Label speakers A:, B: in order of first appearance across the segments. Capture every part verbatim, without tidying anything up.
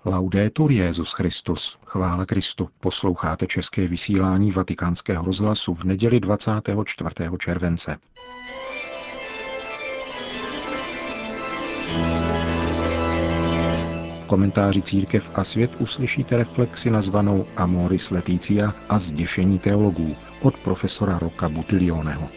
A: Laudetur Jesus Christus, chvála Kristu. Posloucháte české vysílání Vatikánského rozhlasu v neděli dvacátého čtvrtého července. V komentáři Církev a svět uslyšíte reflexi nazvanou Amoris Laetitia a zděšení teologů od profesora Rocca Buttiglioneho.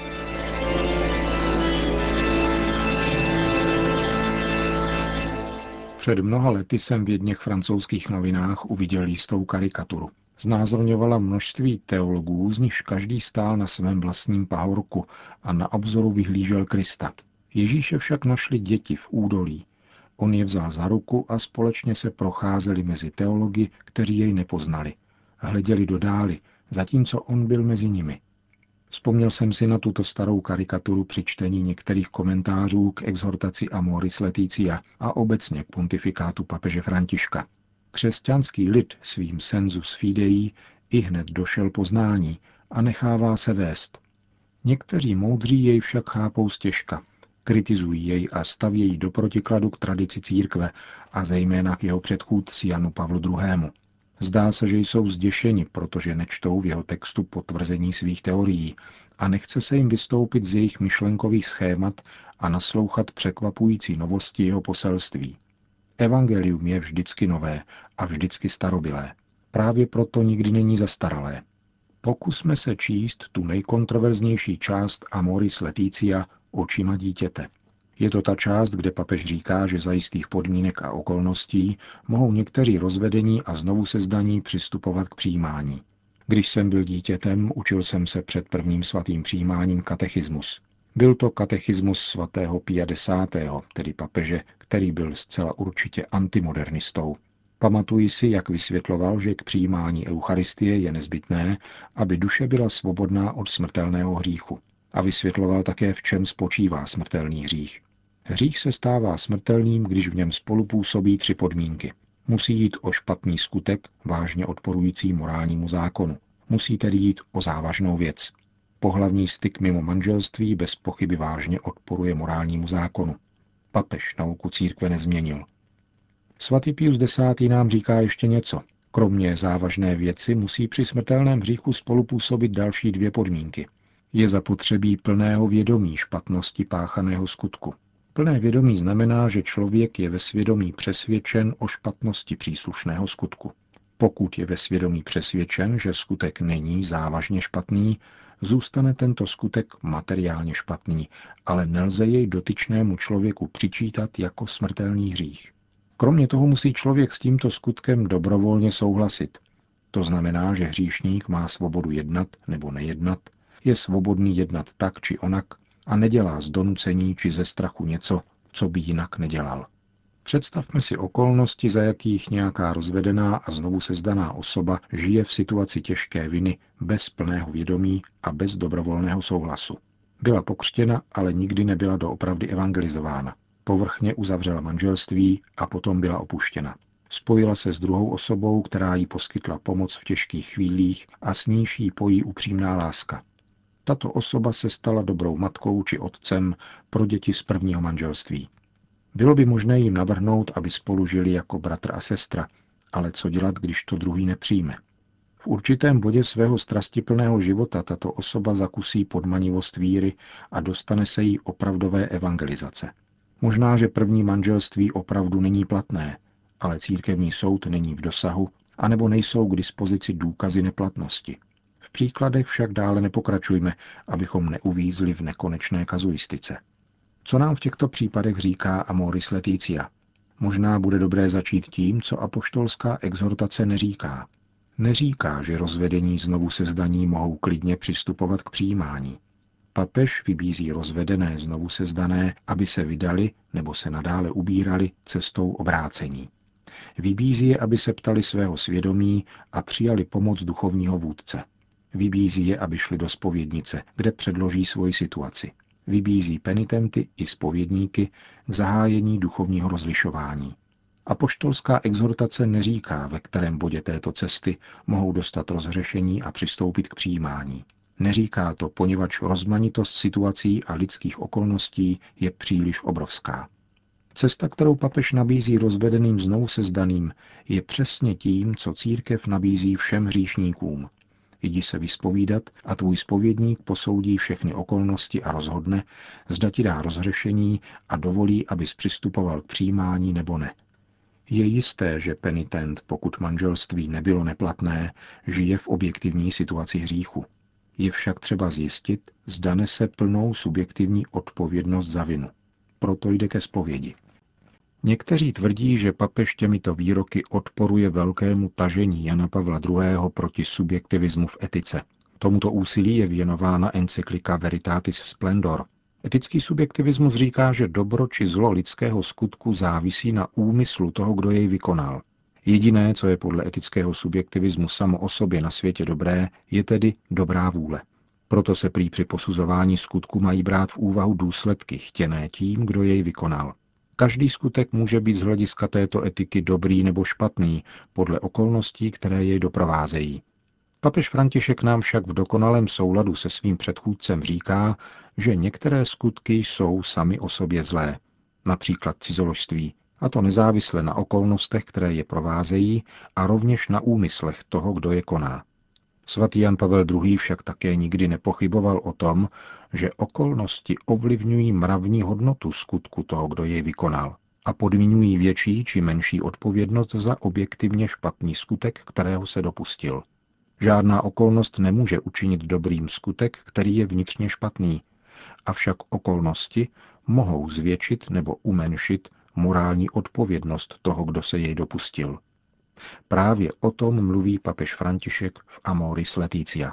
A: Před mnoha lety jsem v jedněch francouzských novinách uviděl jistou karikaturu. Znázorňovala množství teologů, z nichž každý stál na svém vlastním pahorku a na obzoru vyhlížel Krista. Ježíše však našli děti v údolí. On je vzal za ruku a společně se procházeli mezi teology, kteří jej nepoznali. Hleděli do dály, zatímco on byl mezi nimi. Vzpomněl jsem si na tuto starou karikaturu při čtení některých komentářů k exhortaci Amoris Laetitia a obecně k pontifikátu papeže Františka. Křesťanský lid svým sensus fidei ihned došel poznání a nechává se vést. Někteří moudří jej však chápou stěžka, kritizují jej a stavějí do protikladu k tradici církve a zejména k jeho předchůdci Janu Pavlu druhému. Zdá se, že jsou zděšeni, protože nečtou v jeho textu potvrzení svých teorií a nechce se jim vystoupit z jejich myšlenkových schémat a naslouchat překvapující novosti jeho poselství. Evangelium je vždycky nové a vždycky starobylé. Právě proto nikdy není zastaralé. Pokusme se číst tu nejkontroverznější část Amoris Laetitia očima dítěte. Je to ta část, kde papež říká, že za jistých podmínek a okolností mohou někteří rozvedení a znovu sezdaní přistupovat k přijímání. Když jsem byl dítětem, učil jsem se před prvním svatým přijímáním katechismus. Byl to katechismus svatého Pia desátého, tedy papeže, který byl zcela určitě antimodernistou. Pamatuji si, jak vysvětloval, že k přijímání Eucharistie je nezbytné, aby duše byla svobodná od smrtelného hříchu. A vysvětloval také, v čem spočívá smrtelný hřích. Hřích se stává smrtelným, když v něm spolupůsobí tři podmínky. Musí jít o špatný skutek, vážně odporující morálnímu zákonu. Musí tedy jít o závažnou věc. Pohlavní styk mimo manželství bez pochyby vážně odporuje morálnímu zákonu. Papež nauku církve nezměnil. Svatý Pius desátý nám říká ještě něco. Kromě závažné věci musí při smrtelném hříchu spolupůsobit další dvě podmínky. Je zapotřebí plného vědomí špatnosti páchaného skutku. Plné vědomí znamená, že člověk je ve svědomí přesvědčen o špatnosti příslušného skutku. Pokud je ve svědomí přesvědčen, že skutek není závažně špatný, zůstane tento skutek materiálně špatný, ale nelze jej dotyčnému člověku přičítat jako smrtelný hřích. Kromě toho musí člověk s tímto skutkem dobrovolně souhlasit. To znamená, že hříšník má svobodu jednat nebo nejednat, je svobodný jednat tak či onak a nedělá z donucení či ze strachu něco, co by jinak nedělal. Představme si okolnosti, za jakých nějaká rozvedená a znovu sezdaná osoba žije v situaci těžké viny bez plného vědomí a bez dobrovolného souhlasu. Byla pokřtěna, ale nikdy nebyla doopravdy evangelizována. Povrchně uzavřela manželství a potom byla opuštěna. Spojila se s druhou osobou, která jí poskytla pomoc v těžkých chvílích a s níž jí pojí upřímná láska. Tato osoba se stala dobrou matkou či otcem pro děti z prvního manželství. Bylo by možné jim navrhnout, aby spolu žili jako bratr a sestra, ale co dělat, když to druhý nepřijme? V určitém bodě svého strastiplného života tato osoba zakusí podmanivost víry a dostane se jí opravdové evangelizace. Možná, že první manželství opravdu není platné, ale církevní soud není v dosahu, anebo nejsou k dispozici důkazy neplatnosti. V příkladech však dále nepokračujme, abychom neuvízli v nekonečné kazuistice. Co nám v těchto případech říká Amoris Laetitia? Možná bude dobré začít tím, co apoštolská exhortace neříká. Neříká, že rozvedení znovu sezdaní mohou klidně přistupovat k přijímání. Papež vybízí rozvedené znovu sezdané, aby se vydali nebo se nadále ubírali cestou obrácení. Vybízí je, aby se ptali svého svědomí a přijali pomoc duchovního vůdce. Vybízí je, aby šli do zpovědnice, kde předloží svoji situaci. Vybízí penitenty i zpovědníky k zahájení duchovního rozlišování. Apoštolská exhortace neříká, ve kterém bodě této cesty mohou dostat rozhřešení a přistoupit k přijímání. Neříká to, poněvadž rozmanitost situací a lidských okolností je příliš obrovská. Cesta, kterou papež nabízí rozvedeným znovusezdaným, je přesně tím, co církev nabízí všem hříšníkům. Jdi se vyspovídat a tvůj zpovědník posoudí všechny okolnosti a rozhodne, zda ti dá rozhřešení a dovolí, abys přistupoval k přijímání nebo ne. Je jisté, že penitent, pokud manželství nebylo neplatné, žije v objektivní situaci hříchu. Je však třeba zjistit, zda nese plnou subjektivní odpovědnost za vinu. Proto jde ke zpovědi. Někteří tvrdí, že papež těmito výroky odporuje velkému tažení Jana Pavla druhého. Proti subjektivismu v etice. Tomuto úsilí je věnována encyklika Veritatis Splendor. Etický subjektivismus říká, že dobro či zlo lidského skutku závisí na úmyslu toho, kdo jej vykonal. Jediné, co je podle etického subjektivismu samo o sobě na světě dobré, je tedy dobrá vůle. Proto se prý při posuzování skutku mají brát v úvahu důsledky chtěné tím, kdo jej vykonal. Každý skutek může být z hlediska této etiky dobrý nebo špatný, podle okolností, které jej doprovázejí. Papež František nám však v dokonalém souladu se svým předchůdcem říká, že některé skutky jsou sami o sobě zlé, například cizoložství, a to nezávisle na okolnostech, které je provázejí, a rovněž na úmyslech toho, kdo je koná. Svatý Jan Pavel druhý. Však také nikdy nepochyboval o tom, že okolnosti ovlivňují mravní hodnotu skutku toho, kdo jej vykonal, a podmiňují větší či menší odpovědnost za objektivně špatný skutek, kterého se dopustil. Žádná okolnost nemůže učinit dobrým skutek, který je vnitřně špatný, avšak okolnosti mohou zvětšit nebo umenšit morální odpovědnost toho, kdo se jej dopustil. Právě o tom mluví papež František v Amoris Laetitia.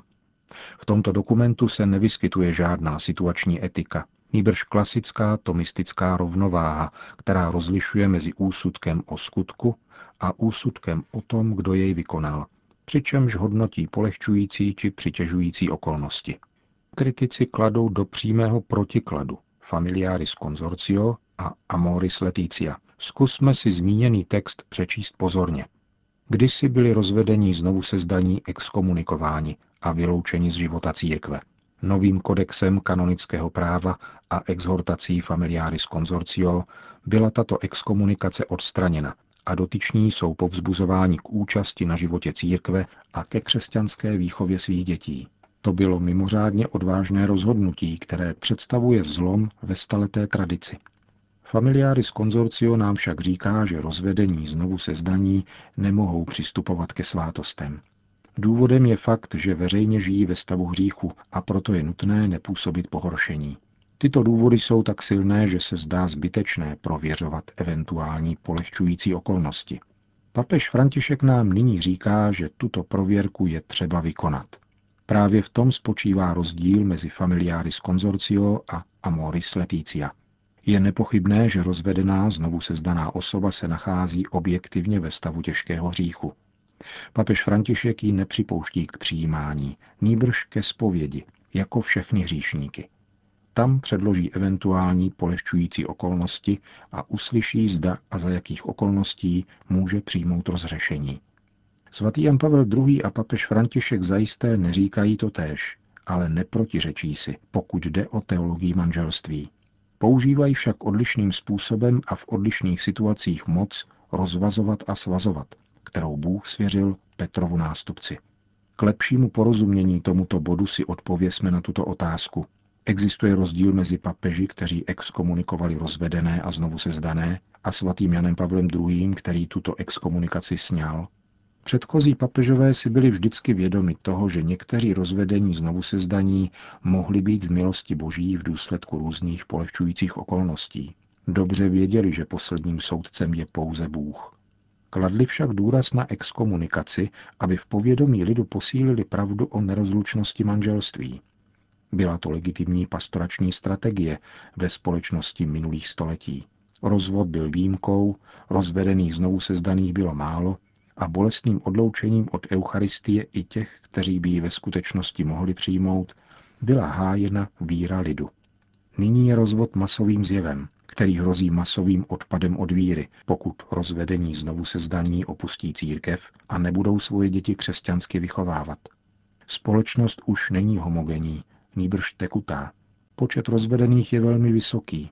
A: V tomto dokumentu se nevyskytuje žádná situační etika, nýbrž klasická tomistická rovnováha, která rozlišuje mezi úsudkem o skutku a úsudkem o tom, kdo jej vykonal, přičemž hodnotí polehčující či přitěžující okolnosti. Kritici kladou do přímého protikladu Familiaris Consortio a Amoris Laetitia. Zkusme si zmíněný text přečíst pozorně. Kdysi byli rozvedení znovu sezdaní exkomunikováni a vyloučeni z života církve. Novým kodexem kanonického práva a exhortací Familiaris Consortio byla tato exkomunikace odstraněna a dotyční jsou povzbuzováni k účasti na životě církve a ke křesťanské výchově svých dětí. To bylo mimořádně odvážné rozhodnutí, které představuje zlom ve staleté tradici. Familiaris Consortio nám však říká, že rozvedení znovu sezdaní nemohou přistupovat ke svátostem. Důvodem je fakt, že veřejně žijí ve stavu hříchu a proto je nutné nepůsobit pohoršení. Tyto důvody jsou tak silné, že se zdá zbytečné prověřovat eventuální polehčující okolnosti. Papež František nám nyní říká, že tuto prověrku je třeba vykonat. Právě v tom spočívá rozdíl mezi Familiaris Consortio a Amoris Laetitia. Je nepochybné, že rozvedená, znovu sezdaná osoba se nachází objektivně ve stavu těžkého hříchu. Papež František ji nepřipouští k přijímání, nýbrž ke zpovědi, jako všechny hříšníky. Tam předloží eventuální polehčující okolnosti a uslyší, zda a za jakých okolností může přijmout rozhřešení. Svatý Jan Pavel druhý. A papež František zajisté neříkají totéž, ale neprotiřečí si, pokud jde o teologii manželství. Používají však odlišným způsobem a v odlišných situacích moc rozvazovat a svazovat, kterou Bůh svěřil Petrovu nástupci. K lepšímu porozumění tomuto bodu si odpověsme na tuto otázku. Existuje rozdíl mezi papeži, kteří exkomunikovali rozvedené a znovu sezdané, a svatým Janem Pavlem druhým., který tuto exkomunikaci sňal? Předchozí papežové si byli vždycky vědomi toho, že někteří rozvedení znovu sezdaní mohli být v milosti Boží v důsledku různých polehčujících okolností. Dobře věděli, že posledním soudcem je pouze Bůh. Kladli však důraz na exkomunikaci, aby v povědomí lidu posílili pravdu o nerozlučnosti manželství. Byla to legitimní pastorační strategie ve společnosti minulých století. Rozvod byl výjimkou, rozvedených znovu sezdaných bylo málo a bolestným odloučením od Eucharistie i těch, kteří by ji ve skutečnosti mohli přijmout, byla hájena víra lidu. Nyní je rozvod masovým zjevem, který hrozí masovým odpadem od víry, pokud rozvedení znovu sezdaní opustí církev a nebudou svoje děti křesťansky vychovávat. Společnost už není homogenní, nýbrž tekutá. Počet rozvedených je velmi vysoký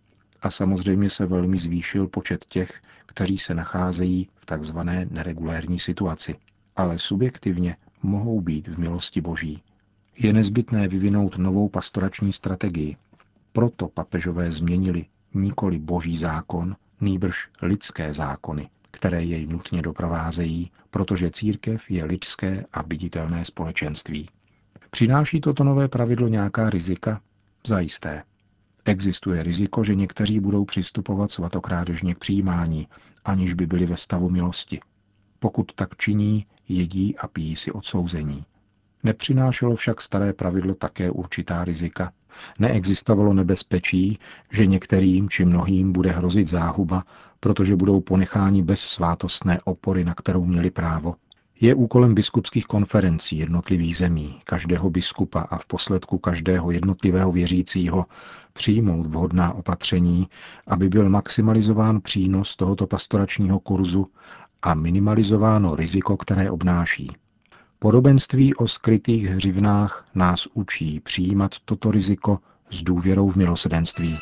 A: a samozřejmě se velmi zvýšil počet těch, kteří se nacházejí v takzvané neregulérní situaci, ale subjektivně mohou být v milosti Boží. Je nezbytné vyvinout novou pastorační strategii. Proto papežové změnili nikoli Boží zákon, nýbrž lidské zákony, které jej nutně doprovázejí, protože církev je lidské a viditelné společenství. Přináší toto nové pravidlo nějaká rizika? Zajisté. Existuje riziko, že někteří budou přistupovat svatokrádežně k přijímání, aniž by byli ve stavu milosti. Pokud tak činí, jedí a pijí si odsouzení. Nepřinášelo však staré pravidlo také určitá rizika. Neexistovalo nebezpečí, že některým či mnohým bude hrozit záhuba, protože budou ponecháni bez svátostné opory, na kterou měli právo. Je úkolem biskupských konferencí jednotlivých zemí, každého biskupa a v posledku každého jednotlivého věřícího přijmout vhodná opatření, aby byl maximalizován přínos tohoto pastoračního kurzu a minimalizováno riziko, které obnáší. Podobenství o skrytých hřivnách nás učí přijímat toto riziko s důvěrou v milosrdenství.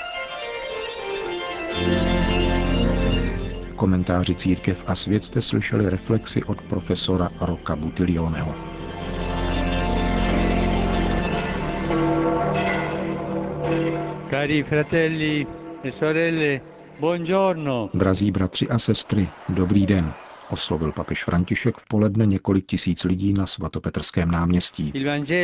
A: V komentáři Církev a svět jste slyšeli reflexi od profesora Rocca Buttiglioneho.
B: Cari fratelli e sorelle, buongiorno.
A: Drazí bratři a sestry, dobrý den, oslovil papež František v poledne několik tisíc lidí na svatopetrském náměstí.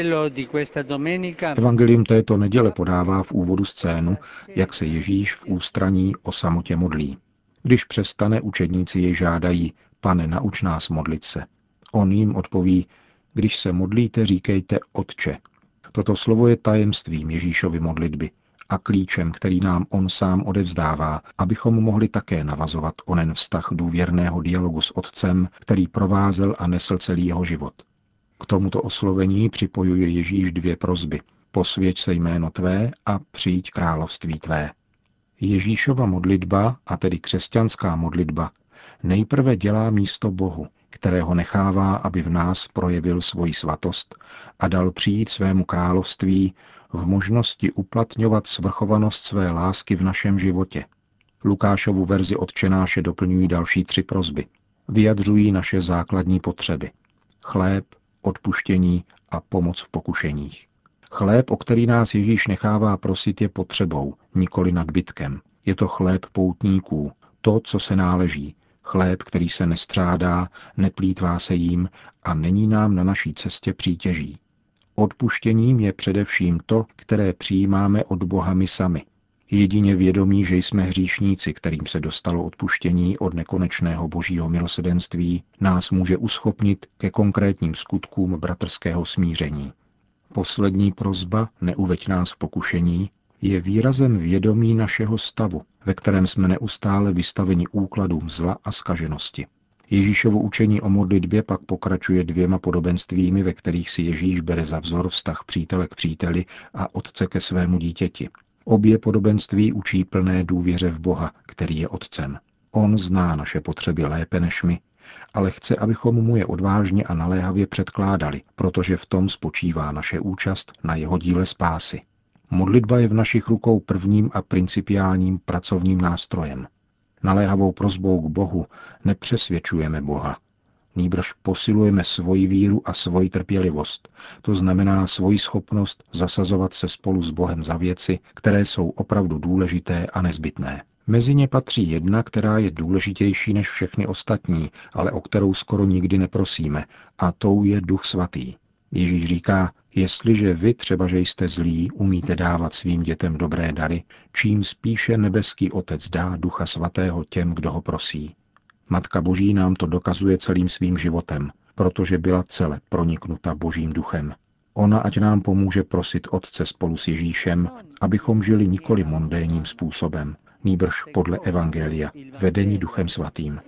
A: Evangelium této neděle podává v úvodu scénu, jak se Ježíš v ústraní o samotě modlí. Když přestane, učedníci jej žádají: Pane, nauč nás modlit se. On jim odpoví: Když se modlíte, říkejte Otče. Toto slovo je tajemstvím Ježíšovy modlitby a klíčem, který nám on sám odevzdává, abychom mohli také navazovat onen vztah důvěrného dialogu s Otcem, který provázel a nesl celý jeho život. K tomuto oslovení připojuje Ježíš dvě prosby: Posvěť se jméno tvé a přijď království tvé. Ježíšova modlitba, a tedy křesťanská modlitba, nejprve dělá místo Bohu, kterého nechává, aby v nás projevil svoji svatost a dal přijít svému království v možnosti uplatňovat svrchovanost své lásky v našem životě. Lukášovu verzi Otčenáše doplňují další tři prosby. Vyjadřují naše základní potřeby: chléb, odpuštění a pomoc v pokušeních. Chléb, o který nás Ježíš nechává prosit, je potřebou, nikoli nadbytkem. Je to chléb poutníků, to, co se náleží. Chléb, který se nestřádá, neplýtvá se jím a není nám na naší cestě přítěží. Odpuštěním je především to, které přijímáme od Boha my sami. Jedině vědomí, že jsme hříšníci, kterým se dostalo odpuštění od nekonečného božího milosrdenství, nás může uschopnit ke konkrétním skutkům bratrského smíření. Poslední prosba, neuveď nás v pokušení, je výrazem vědomí našeho stavu, ve kterém jsme neustále vystaveni úkladům zla a zkaženosti. Ježíšovo učení o modlitbě pak pokračuje dvěma podobenstvími, ve kterých si Ježíš bere za vzor vztah přítele k příteli a otce ke svému dítěti. Obě podobenství učí plné důvěře v Boha, který je otcem. On zná naše potřeby lépe než my, ale chce, abychom mu je odvážně a naléhavě předkládali, protože v tom spočívá naše účast na jeho díle spásy. Modlitba je v našich rukou prvním a principiálním pracovním nástrojem. Naléhavou prosbou k Bohu nepřesvědčujeme Boha. Nýbrž posilujeme svoji víru a svoji trpělivost, to znamená svoji schopnost zasazovat se spolu s Bohem za věci, které jsou opravdu důležité a nezbytné. Mezi ně patří jedna, která je důležitější než všechny ostatní, ale o kterou skoro nikdy neprosíme, a tou je Duch Svatý. Ježíš říká: jestliže vy, třeba že jste zlí, umíte dávat svým dětem dobré dary, čím spíše nebeský Otec dá Ducha Svatého těm, kdo ho prosí. Matka Boží nám to dokazuje celým svým životem, protože byla cele proniknuta Božím duchem. Ona ať nám pomůže prosit Otce spolu s Ježíšem, abychom žili nikoli mondénním způsobem, nýbrž podle Evangelia, vedení Duchem Svatým.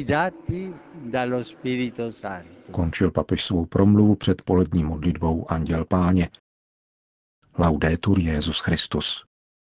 A: Končil papež svou promluvu před polední modlitbou Anděl Páně. Laudetur Jesus Christus.